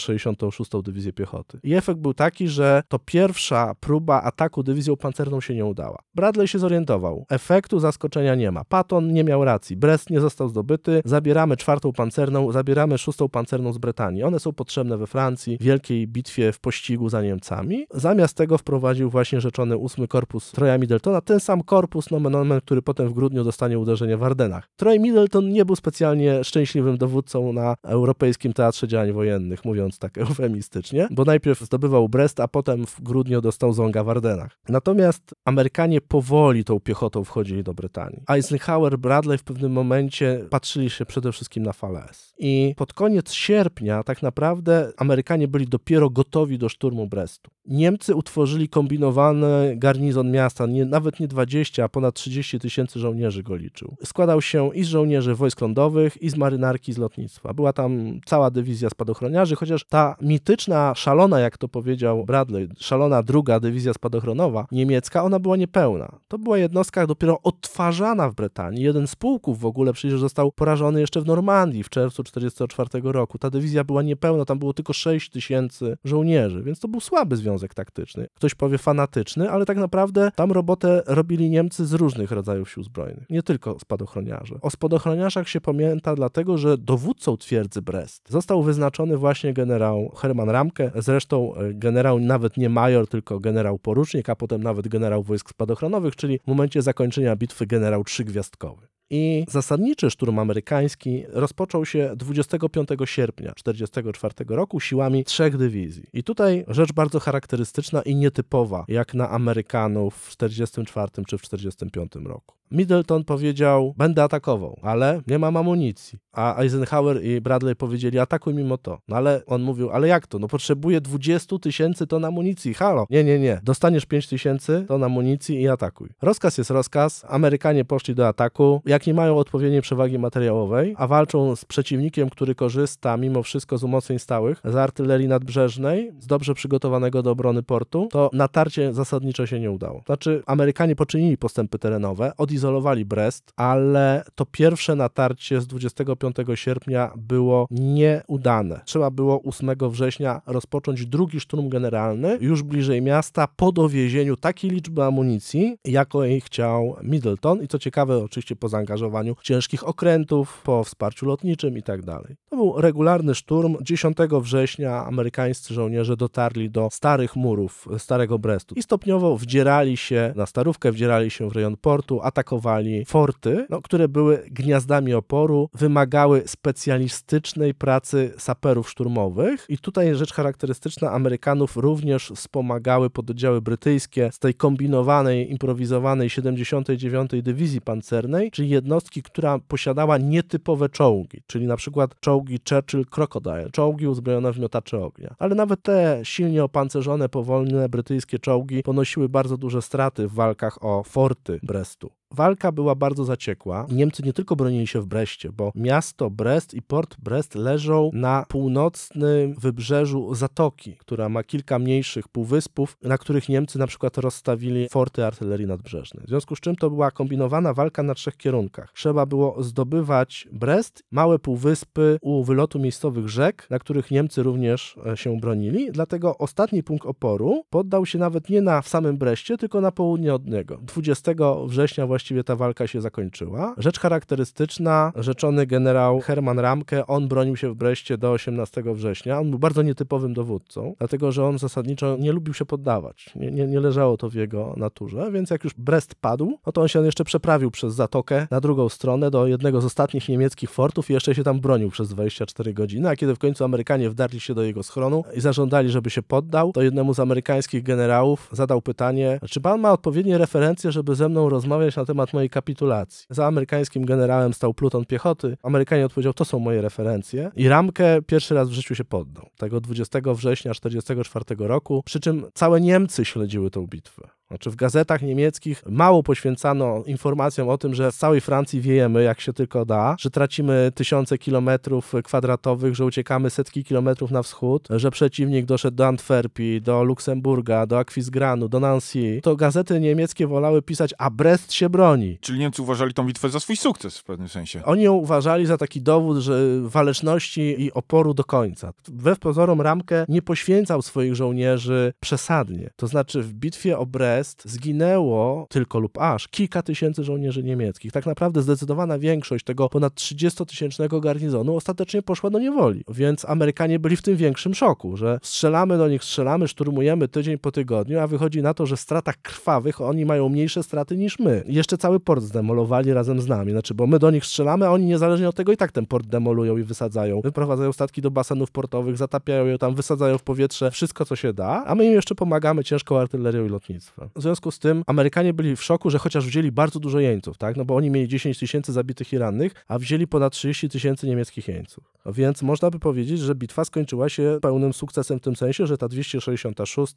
B: 266 Dywizję Piechoty. I efekt był taki, że to pierwsza próba ataku dywizją pancerną się nie udała. Bradley się zorientował. Efektu zaskoczenia nie ma. Patton nie miał racji. Brest nie został zdobyty. Zabieramy 4. pancerną, zabieramy 6. pancerną z Brytanii. One są potrzebne we Francji w wielkiej bitwie w pościgu za Niemcami. Zamiast tego wprowadził właśnie rzeczony 8 Korpus Troya Middletona, ten sam korpus nomen omen, który potem w grudniu dostanie uderzenie w Ardennach. Troy Middleton nie był specjalnie szczęśliwym dowódcą na Europejskim Teatrze Działań Wojennych, mówiąc tak eufemistycznie, bo najpierw zdobywał Brest, a potem w grudniu dostał zonga w Ardennach. Natomiast Amerykanie powoli tą piechotą wchodzili do Brytanii. Eisenhower, Bradley w pewnym momencie patrzyli się przede wszystkim na Falaise. I pod koniec sierpnia tak naprawdę Amerykanie byli dopiero gotowi do szturmu Brestu. Niemcy utworzyli kombinowany garnizon miasta, nawet nie 20, a ponad 30 tysięcy żołnierzy go liczył. Składał się i z żołnierzy wojsk lądowych, i z marynarki, i z lotnictwa. Była tam cała dywizja spadochroniarzy, chociaż ta mityczna, szalona, jak to powiedział Bradley, szalona 2. dywizja spadochronowa niemiecka, ona była niepełna. To była jednostka dopiero odtwarzana w Brytanii. Jeden z pułków w ogóle przecież został porażony jeszcze w Normandii w czerwcu 1944 roku. Ta dywizja była niepełna, tam było tylko 6 tysięcy żołnierzy, więc to był słaby związek taktyczny. Ktoś powie fanatyczny, ale tak naprawdę tam robotę robili Niemcy z różnych rodzajów sił zbrojnych, nie tylko spadochroniarze. O spadochroniarzach się pamięta dlatego, że dowódcą twierdzy Brest został wyznaczony właśnie generał Hermann Ramke, zresztą generał nawet nie major, tylko generał porucznik, a potem nawet generał wojsk spadochronowych, czyli w momencie zakończenia bitwy generał 3-gwiazdkowy. I zasadniczy szturm amerykański rozpoczął się 25 sierpnia 1944 roku siłami 3 dywizji. I tutaj rzecz bardzo charakterystyczna i nietypowa, jak na Amerykanów w 1944 czy w 1945 roku. Middleton powiedział, będę atakował, ale nie mam amunicji. A Eisenhower i Bradley powiedzieli, atakuj mimo to. No ale on mówił, ale jak to? No potrzebuję 20 tysięcy ton amunicji. Halo? Nie. Dostaniesz 5 tysięcy ton amunicji i atakuj. Rozkaz jest rozkaz. Amerykanie poszli do ataku. Jak nie mają odpowiedniej przewagi materiałowej, a walczą z przeciwnikiem, który korzysta mimo wszystko z umocnień stałych, z artylerii nadbrzeżnej, z dobrze przygotowanego do obrony portu, to natarcie zasadniczo się nie udało. Znaczy, Amerykanie poczynili postępy terenowe, odizolowali Brest, ale to pierwsze natarcie z 25 sierpnia było nieudane. Trzeba było 8 września rozpocząć drugi szturm generalny, już bliżej miasta, po dowiezieniu takiej liczby amunicji, jakiej chciał Middleton i co ciekawe, oczywiście po zaangażowaniu ciężkich okrętów, po wsparciu lotniczym i tak dalej. To był regularny szturm. 10 września amerykańscy żołnierze dotarli do starych murów Starego Brestu i stopniowo wdzierali się na Starówkę, wdzierali się w rejon portu, atakowali forty, które były gniazdami oporu, wymagały specjalistycznej pracy saperów szturmowych i tutaj rzecz charakterystyczna, Amerykanów również wspomagały pododdziały brytyjskie z tej kombinowanej, improwizowanej 79. Dywizji Pancernej, czyli jednostki, która posiadała nietypowe czołgi, czyli na przykład czołgi Churchill Crocodile, czołgi uzbrojone w miotacze ognia. Ale nawet te silnie opancerzone, powolne brytyjskie czołgi ponosiły bardzo duże straty w walkach o forty Brestu. Walka była bardzo zaciekła. Niemcy nie tylko bronili się w Breście, bo miasto Brest i port Brest leżą na północnym wybrzeżu zatoki, która ma kilka mniejszych półwyspów, na których Niemcy na przykład rozstawili forty artylerii nadbrzeżnej. W związku z czym to była kombinowana walka na 3 kierunkach. Trzeba było zdobywać Brest, małe półwyspy u wylotu miejscowych rzek, na których Niemcy również się bronili, dlatego ostatni punkt oporu poddał się nawet nie w samym Breście, tylko na południe od niego. 20 września właściwie ta walka się zakończyła. Rzecz charakterystyczna, rzeczony generał Hermann Ramke, on bronił się w Breście do 18 września. On był bardzo nietypowym dowódcą, dlatego że on zasadniczo nie lubił się poddawać. Nie leżało to w jego naturze, więc jak już Brest padł, no to on się jeszcze przeprawił przez zatokę na drugą stronę do jednego z ostatnich niemieckich fortów i jeszcze się tam bronił przez 24 godziny, a kiedy w końcu Amerykanie wdarli się do jego schronu i zażądali, żeby się poddał, to jednemu z amerykańskich generałów zadał pytanie, czy pan ma odpowiednie referencje, żeby ze mną rozmawiać na temat mojej kapitulacji. Za amerykańskim generałem stał pluton piechoty. Amerykanie odpowiedział, to są moje referencje. I Ramke pierwszy raz w życiu się poddał. Tego 20 września 1944 roku, przy czym całe Niemcy śledziły tę bitwę. Znaczy w gazetach niemieckich mało poświęcano informacjom o tym, że z całej Francji wiejemy, jak się tylko da, że tracimy tysiące kilometrów kwadratowych, że uciekamy setki kilometrów na wschód, że przeciwnik doszedł do Antwerpii, do Luksemburga, do Aquisgranu, do Nancy. To gazety niemieckie wolały pisać, a Brest się broni.
A: Czyli Niemcy uważali tą bitwę za swój sukces w pewnym sensie.
B: Oni ją uważali za taki dowód, że waleczności i oporu do końca. Wbrew pozorom Ramke nie poświęcał swoich żołnierzy przesadnie. To znaczy w bitwie o Brest zginęło tylko lub aż kilka tysięcy żołnierzy niemieckich. Tak naprawdę zdecydowana większość tego ponad 30-tysięcznego garnizonu ostatecznie poszła do niewoli. Więc Amerykanie byli w tym większym szoku, że strzelamy do nich, szturmujemy tydzień po tygodniu, a wychodzi na to, że w stratach krwawych oni mają mniejsze straty niż my. I jeszcze cały port zdemolowali razem z nami. Znaczy, bo my do nich strzelamy, a oni niezależnie od tego i tak ten port demolują i wysadzają. Wyprowadzają statki do basenów portowych, zatapiają je tam, wysadzają w powietrze wszystko, co się da, a my im jeszcze pomagamy ciężką artylerią i lotnictwem. W związku z tym Amerykanie byli w szoku, że chociaż wzięli bardzo dużo jeńców, tak? No bo oni mieli 10 tysięcy zabitych i rannych, a wzięli ponad 30 tysięcy niemieckich jeńców. Więc można by powiedzieć, że bitwa skończyła się pełnym sukcesem w tym sensie, że ta 266,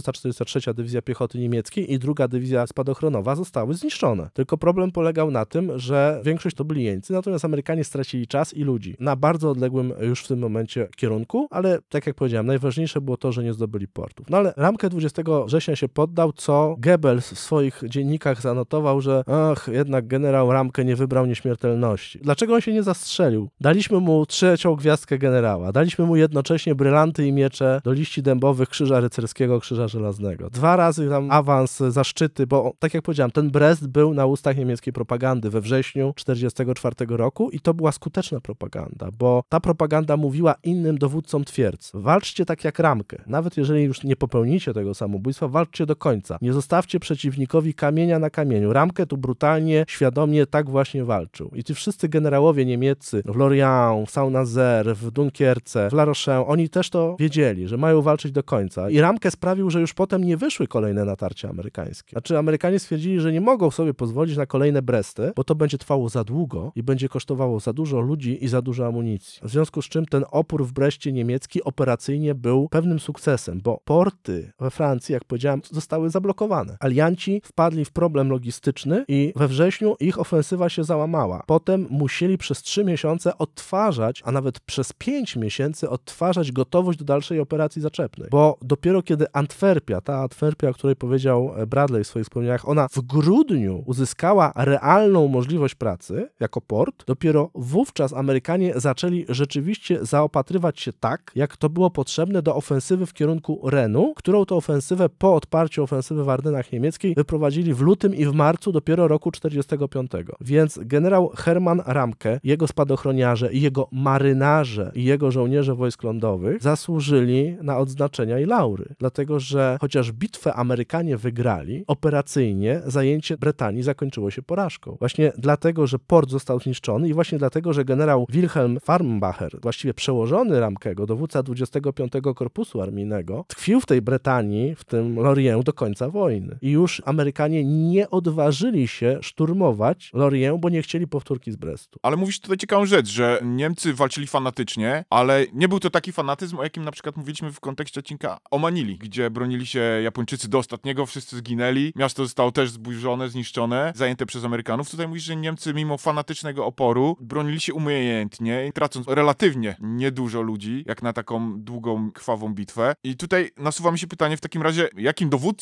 B: 343 Dywizja Piechoty Niemieckiej i druga Dywizja Spadochronowa zostały zniszczone. Tylko problem polegał na tym, że większość to byli jeńcy, natomiast Amerykanie stracili czas i ludzi na bardzo odległym już w tym momencie kierunku, ale tak jak powiedziałem, najważniejsze było to, że nie zdobyli portów. No ale Ramke 20 września się poddał, co Goebbels w swoich dziennikach zanotował, że jednak generał Ramke nie wybrał nieśmiertelności. Dlaczego on się nie zastrzelił? Daliśmy mu 3. gwiazdkę generała, daliśmy mu jednocześnie brylanty i miecze do liści dębowych Krzyża Rycerskiego, Krzyża Żelaznego. 2 razy tam awans, zaszczyty, bo tak jak powiedziałem, ten Brest był na ustach niemieckiej propagandy we wrześniu 1944 roku i to była skuteczna propaganda, bo ta propaganda mówiła innym dowódcom twierdz. Walczcie tak jak Ramke. Nawet jeżeli już nie popełnicie tego samobójstwa, walczcie do końca. Nie zostawcie przeciwnikowi kamienia na kamieniu. Ramke tu brutalnie, świadomie tak właśnie walczył. I ci wszyscy generałowie niemieccy w Lorient, w Saint-Nazaire, w Dunkierce, w La Rochelle, oni też to wiedzieli, że mają walczyć do końca. I Ramke sprawił, że już potem nie wyszły kolejne natarcia amerykańskie. Znaczy Amerykanie stwierdzili, że nie mogą sobie pozwolić na kolejne Bresty, bo to będzie trwało za długo i będzie kosztowało za dużo ludzi i za dużo amunicji. W związku z czym ten opór w Breście niemiecki operacyjnie był pewnym sukcesem, bo porty we Francji, jak powiedziałem, zostały zablokowane. Alianci wpadli w problem logistyczny i we wrześniu ich ofensywa się załamała. Potem musieli przez 3 miesiące odtwarzać, a nawet przez 5 miesięcy odtwarzać gotowość do dalszej operacji zaczepnej. Bo dopiero kiedy Antwerpia, ta Antwerpia, o której powiedział Bradley w swoich wspomnieniach, ona w grudniu uzyskała realną możliwość pracy jako port, dopiero wówczas Amerykanie zaczęli rzeczywiście zaopatrywać się tak, jak to było potrzebne do ofensywy w kierunku Renu, którą to ofensywę po odparciu ofensywy w Ardennach niemieckiej wyprowadzili w lutym i w marcu dopiero roku 1945. Więc generał Hermann Ramke, jego spadochroniarze i jego marynarze i jego żołnierze wojsk lądowych zasłużyli na odznaczenia i laury. Dlatego, że chociaż bitwę Amerykanie wygrali, operacyjnie zajęcie Brytanii zakończyło się porażką. Właśnie dlatego, że port został zniszczony i właśnie dlatego, że generał Wilhelm Farnbacher, właściwie przełożony Ramkego, dowódca 25 Korpusu Armijnego, tkwił w tej Brytanii, w tym Lorient do końca wojny. I już Amerykanie nie odważyli się szturmować Lorient, bo nie chcieli powtórki z Brestu.
A: Ale mówisz tutaj ciekawą rzecz, że Niemcy walczyli fanatycznie, ale nie był to taki fanatyzm, o jakim na przykład mówiliśmy w kontekście odcinka o Manili, gdzie bronili się Japończycy do ostatniego, wszyscy zginęli, miasto zostało też zburzone, zniszczone, zajęte przez Amerykanów. Tutaj mówisz, że Niemcy mimo fanatycznego oporu bronili się umiejętnie, tracąc relatywnie niedużo ludzi, jak na taką długą, krwawą bitwę. I tutaj nasuwa mi się pytanie w takim razie, jakim dowódcom i jakim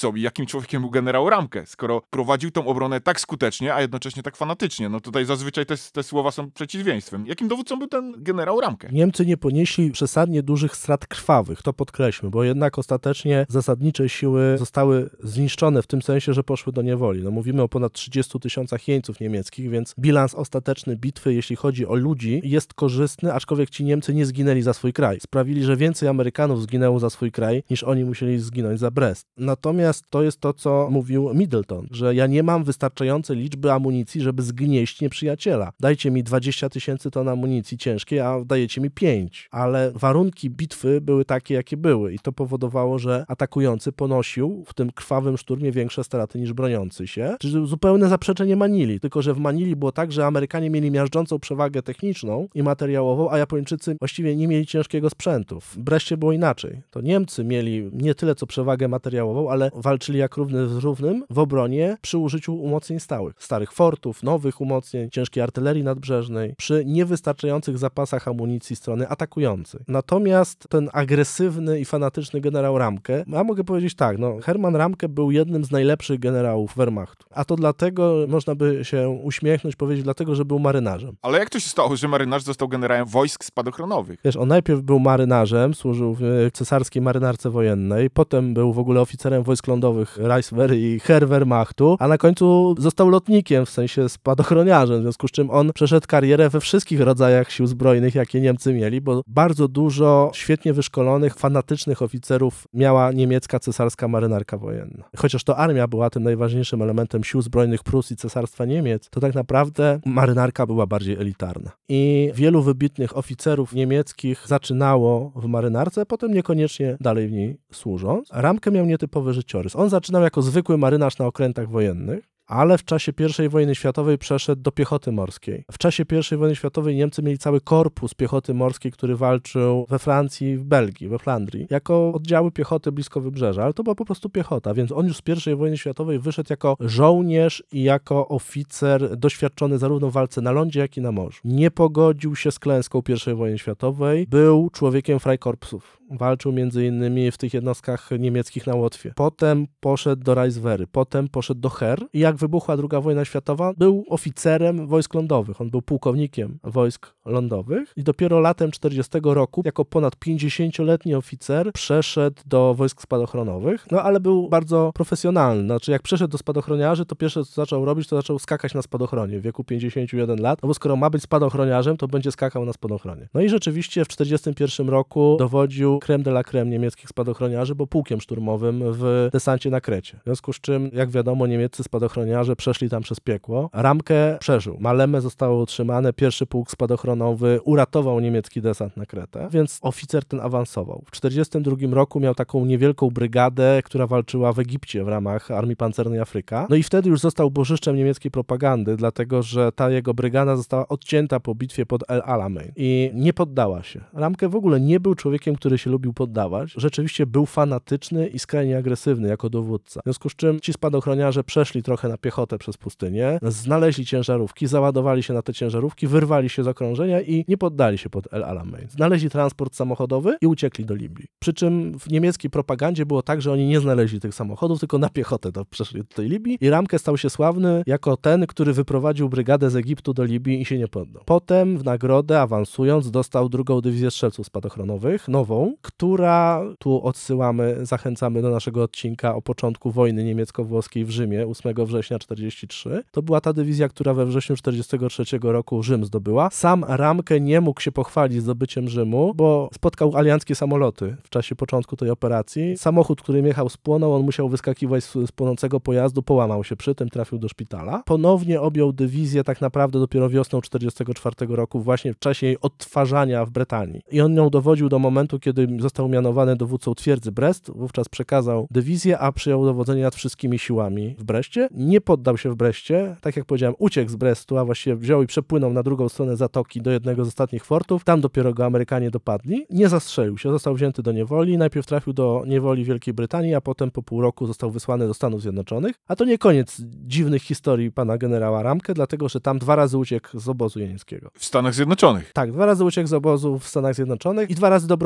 A: takim człowiekiem był generał Ramke, skoro prowadził tą obronę tak skutecznie, a jednocześnie tak fanatycznie? No tutaj zazwyczaj te słowa są przeciwieństwem. Jakim dowódcą był ten generał Ramke?
B: Niemcy nie ponieśli przesadnie dużych strat krwawych, to podkreślmy, bo jednak ostatecznie zasadnicze siły zostały zniszczone w tym sensie, że poszły do niewoli. No mówimy o ponad 30 000 jeńców niemieckich, więc bilans ostateczny bitwy, jeśli chodzi o ludzi, jest korzystny, aczkolwiek ci Niemcy nie zginęli za swój kraj. Sprawili, że więcej Amerykanów zginęło za swój kraj, niż oni musieli zginąć za Brest. Natomiast to jest to, co mówił Middleton, że ja nie mam wystarczającej liczby amunicji, żeby zgnieść nieprzyjaciela. Dajcie mi 20 000 ton amunicji ciężkiej, a dajecie mi 5. Ale warunki bitwy były takie, jakie były i to powodowało, że atakujący ponosił w tym krwawym szturmie większe straty niż broniący się. Czyli zupełne zaprzeczenie Manili, tylko że w Manili było tak, że Amerykanie mieli miażdżącą przewagę techniczną i materiałową, a Japończycy właściwie nie mieli ciężkiego sprzętu. W Breście było inaczej. To Niemcy mieli nie tyle co przewagę materiałową, ale walczyli jak równy z równym w obronie przy użyciu umocnień stałych. Starych fortów, nowych umocnień, ciężkiej artylerii nadbrzeżnej, przy niewystarczających zapasach amunicji strony atakującej. Natomiast ten agresywny i fanatyczny generał Ramke, ja mogę powiedzieć tak, Hermann Ramke był jednym z najlepszych generałów Wehrmachtu. A to dlatego, można by się uśmiechnąć, powiedzieć dlatego, że był marynarzem.
A: Ale jak to się stało, że marynarz został generałem wojsk spadochronowych?
B: Wiesz, on najpierw był marynarzem, służył w cesarskiej marynarce wojennej, potem był w ogóle oficerem wojsk lądowych Reichswehr i Heer Wehrmachtu, a na końcu został lotnikiem, w sensie spadochroniarzem, w związku z czym on przeszedł karierę we wszystkich rodzajach sił zbrojnych, jakie Niemcy mieli, bo bardzo dużo świetnie wyszkolonych, fanatycznych oficerów miała niemiecka cesarska marynarka wojenna. Chociaż to armia była tym najważniejszym elementem sił zbrojnych Prus i Cesarstwa Niemiec, to tak naprawdę marynarka była bardziej elitarna. I wielu wybitnych oficerów niemieckich zaczynało w marynarce, potem niekoniecznie dalej w niej służąc. Ramke miał nietypowy życiorys. On zaczynał jako zwykły marynarz na okrętach wojennych, ale w czasie I wojny światowej przeszedł do piechoty morskiej. W czasie I wojny światowej Niemcy mieli cały korpus piechoty morskiej, który walczył we Francji, w Belgii, we Flandrii, jako oddziały piechoty blisko wybrzeża, ale to była po prostu piechota, więc on już z I wojny światowej wyszedł jako żołnierz i jako oficer doświadczony zarówno w walce na lądzie, jak i na morzu. Nie pogodził się z klęską I wojny światowej, był człowiekiem Freikorpsów. Walczył między innymi w tych jednostkach niemieckich na Łotwie. Potem poszedł do Reichswehry, potem poszedł do Heer i jak wybuchła II wojna światowa, był oficerem wojsk lądowych. On był pułkownikiem wojsk lądowych i dopiero latem 1940 roku, jako ponad 50-letni oficer, przeszedł do wojsk spadochronowych, ale był bardzo profesjonalny. Znaczy, jak przeszedł do spadochroniarzy, to pierwsze, co zaczął robić, to zaczął skakać na spadochronie w wieku 51 lat, bo skoro ma być spadochroniarzem, to będzie skakał na spadochronie. I rzeczywiście w 1941 roku dowodził crème de la crème niemieckich spadochroniarzy, bo pułkiem szturmowym w desancie na Krecie. W związku z czym, jak wiadomo, niemieccy spadochroniarze przeszli tam przez piekło. Ramke przeżył. Maleme zostało utrzymane, pierwszy pułk spadochronowy uratował niemiecki desant na Kretę, więc oficer ten awansował. W 1942 roku miał taką niewielką brygadę, która walczyła w Egipcie w ramach Armii Pancernej Afryka. I wtedy już został bożyszczem niemieckiej propagandy, dlatego że ta jego brygada została odcięta po bitwie pod El Alamein i nie poddała się. Ramke w ogóle nie był człowiekiem, który się lubił poddawać. Rzeczywiście był fanatyczny i skrajnie agresywny jako dowódca. W związku z czym ci spadochroniarze przeszli trochę na piechotę przez pustynię, znaleźli ciężarówki, załadowali się na te ciężarówki, wyrwali się z okrążenia i nie poddali się pod El Alamein. Znaleźli transport samochodowy i uciekli do Libii. Przy czym w niemieckiej propagandzie było tak, że oni nie znaleźli tych samochodów, tylko na piechotę przeszli do tej Libii i Ramke stał się sławny jako ten, który wyprowadził brygadę z Egiptu do Libii i się nie poddał. Potem w nagrodę, awansując, dostał drugą dywizję strzelców spadochronowych, nową, która, tu odsyłamy, zachęcamy do naszego odcinka o początku wojny niemiecko-włoskiej w Rzymie 8 września 1943. To była ta dywizja, która we wrześniu 1943 roku Rzym zdobyła. Sam Ramke nie mógł się pochwalić zdobyciem Rzymu, bo spotkał alianckie samoloty w czasie początku tej operacji. Samochód, którym jechał, spłonął, on musiał wyskakiwać z płonącego pojazdu, połamał się przy tym, trafił do szpitala. Ponownie objął dywizję tak naprawdę dopiero wiosną 1944 roku, właśnie w czasie jej odtwarzania w Brytanii. I on nią dowodził do momentu, kiedy został mianowany dowódcą twierdzy Brest, wówczas przekazał dywizję, a przyjął dowodzenie nad wszystkimi siłami w Breście. Nie poddał się w Breście, tak jak powiedziałem, uciekł z Brestu, a właściwie wziął i przepłynął na drugą stronę zatoki do jednego z ostatnich fortów. Tam dopiero go Amerykanie dopadli. Nie zastrzelił się, został wzięty do niewoli. Najpierw trafił do niewoli Wielkiej Brytanii, a potem po pół roku został wysłany do Stanów Zjednoczonych. A to nie koniec dziwnych historii pana generała Ramke, dlatego że tam 2 razy uciekł z obozu jeńskiego.
A: W Stanach Zjednoczonych?
B: Tak, 2 razy uciekł z obozu w Stanach Zjednoczonych i 2 razy dobrowolnie wrócił.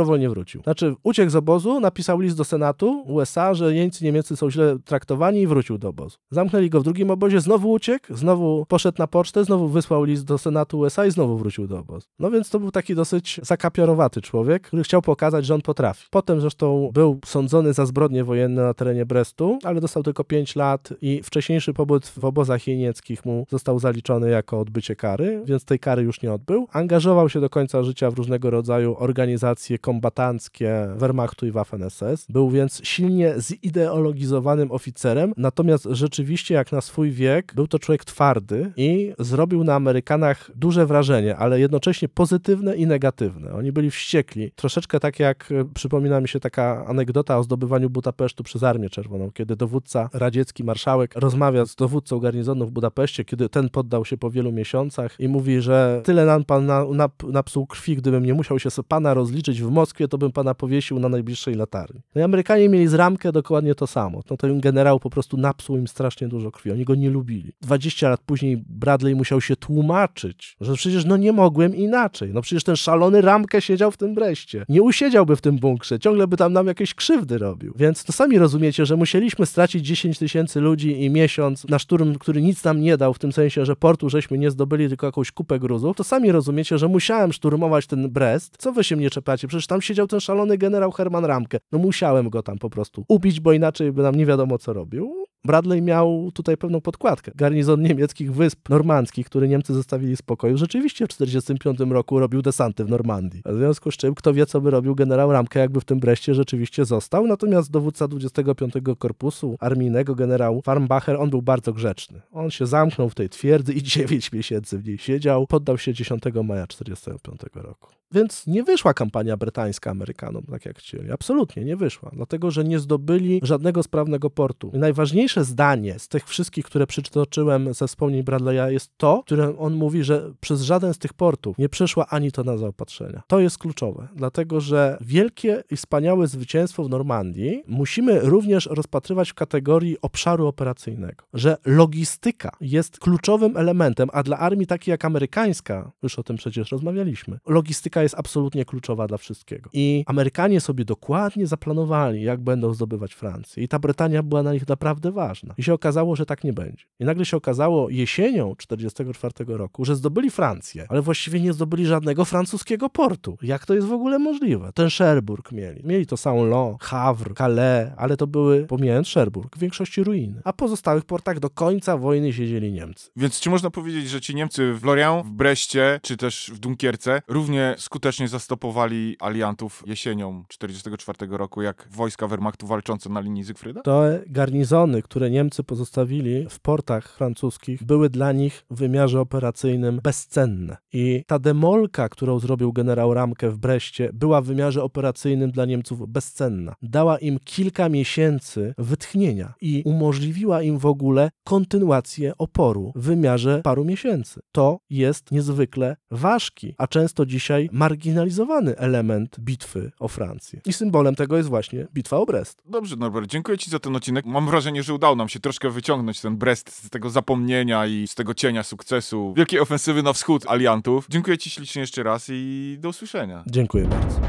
B: wrócił. Znaczy, uciekł z obozu, napisał list do Senatu USA, że jeńcy niemieccy są źle traktowani i wrócił do obozu. Zamknęli go w drugim obozie, znowu uciekł, znowu poszedł na pocztę, znowu wysłał list do Senatu USA i znowu wrócił do obozu. No więc to był taki dosyć zakapiorowaty człowiek, który chciał pokazać, że on potrafi. Potem zresztą był sądzony za zbrodnie wojenne na terenie Brestu, ale dostał tylko 5 lat i wcześniejszy pobyt w obozach jenieckich mu został zaliczony jako odbycie kary, więc tej kary już nie odbył. Angażował się do końca życia w różnego rodzaju organizacje kombatanckie Wehrmachtu i Waffen-SS. Był więc silnie zideologizowanym oficerem, natomiast rzeczywiście jak na swój wiek był to człowiek twardy i zrobił na Amerykanach duże wrażenie, ale jednocześnie pozytywne i negatywne. Oni byli wściekli. Troszeczkę tak jak przypomina mi się taka anegdota o zdobywaniu Budapesztu przez Armię Czerwoną, kiedy dowódca radziecki, marszałek, rozmawia z dowódcą garnizonu w Budapeszcie, kiedy ten poddał się po wielu miesiącach i mówi, że tyle nam pan napsuł krwi, gdybym nie musiał się pana rozliczyć w Moskwie, to bym pana powiesił na najbliższej latarni. No i Amerykanie mieli z Ramkę dokładnie to samo. No to generał po prostu napsuł im strasznie dużo krwi. Oni go nie lubili. 20 lat później Bradley musiał się tłumaczyć, że przecież nie mogłem inaczej. No przecież ten szalony Ramkę siedział w tym Breście. Nie usiedziałby w tym bunkrze. Ciągle by tam nam jakieś krzywdy robił. Więc to sami rozumiecie, że musieliśmy stracić 10 000 ludzi i miesiąc na szturm, który nic nam nie dał, w tym sensie, że portu żeśmy nie zdobyli, tylko jakąś kupę gruzów. To sami rozumiecie, że musiałem szturmować ten Brest. Co wy się mnie czepiacie? Przecież tam siedział ten szalony generał Hermann Ramke. No musiałem go tam po prostu ubić, bo inaczej by nam nie wiadomo co robił. Bradley miał tutaj pewną podkładkę. Garnizon niemieckich wysp normandzkich, który Niemcy zostawili w spokoju, rzeczywiście w 1945 roku robił desanty w Normandii. W związku z czym, kto wie, co by robił generał Ramke, jakby w tym Breście rzeczywiście został. Natomiast dowódca 25 Korpusu Armijnego, generał Farnbacher, on był bardzo grzeczny. On się zamknął w tej twierdzy i 9 miesięcy w niej siedział. Poddał się 10 maja 1945 roku. Więc nie wyszła kampania brytańska Amerykanom, tak jak chcieli. Absolutnie nie wyszła, dlatego że nie zdobyli żadnego sprawnego portu. I najważniejsze zdanie z tych wszystkich, które przytoczyłem ze wspomnień Bradley'a, jest to, które on mówi, że przez żaden z tych portów nie przeszła ani tona zaopatrzenia. To jest kluczowe, dlatego że wielkie i wspaniałe zwycięstwo w Normandii musimy również rozpatrywać w kategorii obszaru operacyjnego, że logistyka jest kluczowym elementem, a dla armii takiej jak amerykańska, już o tym przecież rozmawialiśmy, logistyka jest absolutnie kluczowa dla wszystkiego. I Amerykanie sobie dokładnie zaplanowali, jak będą zdobywać Francję. I ta Brytania była na nich naprawdę ważna. I się okazało, że tak nie będzie. I nagle się okazało jesienią 1944 roku, że zdobyli Francję, ale właściwie nie zdobyli żadnego francuskiego portu. Jak to jest w ogóle możliwe? Ten Cherbourg mieli. Mieli to Saint-Lô, Havre, Calais, ale to były, pomijając Cherbourg, w większości ruiny. A w pozostałych portach do końca wojny siedzieli Niemcy.
A: Więc czy można powiedzieć, że ci Niemcy w Lorient, w Breście, czy też w Dunkierce równie skutecznie zastopowali aliantów jesienią 1944 roku, jak wojska Wehrmachtu walczące na linii Zygfryda?
B: Te garnizony, które Niemcy pozostawili w portach francuskich, były dla nich w wymiarze operacyjnym bezcenne. I ta demolka, którą zrobił generał Ramke w Breście, była w wymiarze operacyjnym dla Niemców bezcenna. Dała im kilka miesięcy wytchnienia i umożliwiła im w ogóle kontynuację oporu w wymiarze paru miesięcy. To jest niezwykle ważki, a często dzisiaj marginalizowany element bitwy o Francję. I symbolem tego jest właśnie bitwa o Brest.
A: Dobrze, Norbert, dziękuję ci za ten odcinek. Mam wrażenie, że udało nam się troszkę wyciągnąć ten Brest z tego zapomnienia i z tego cienia sukcesu wielkiej ofensywy na wschód aliantów. Dziękuję ci ślicznie jeszcze raz i do usłyszenia.
B: Dziękuję bardzo.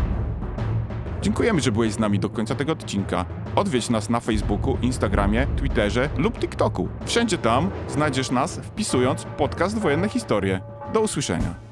A: Dziękujemy, że byłeś z nami do końca tego odcinka. Odwiedź nas na Facebooku, Instagramie, Twitterze lub TikToku. Wszędzie tam znajdziesz nas, wpisując podcast Wojenne Historie. Do usłyszenia.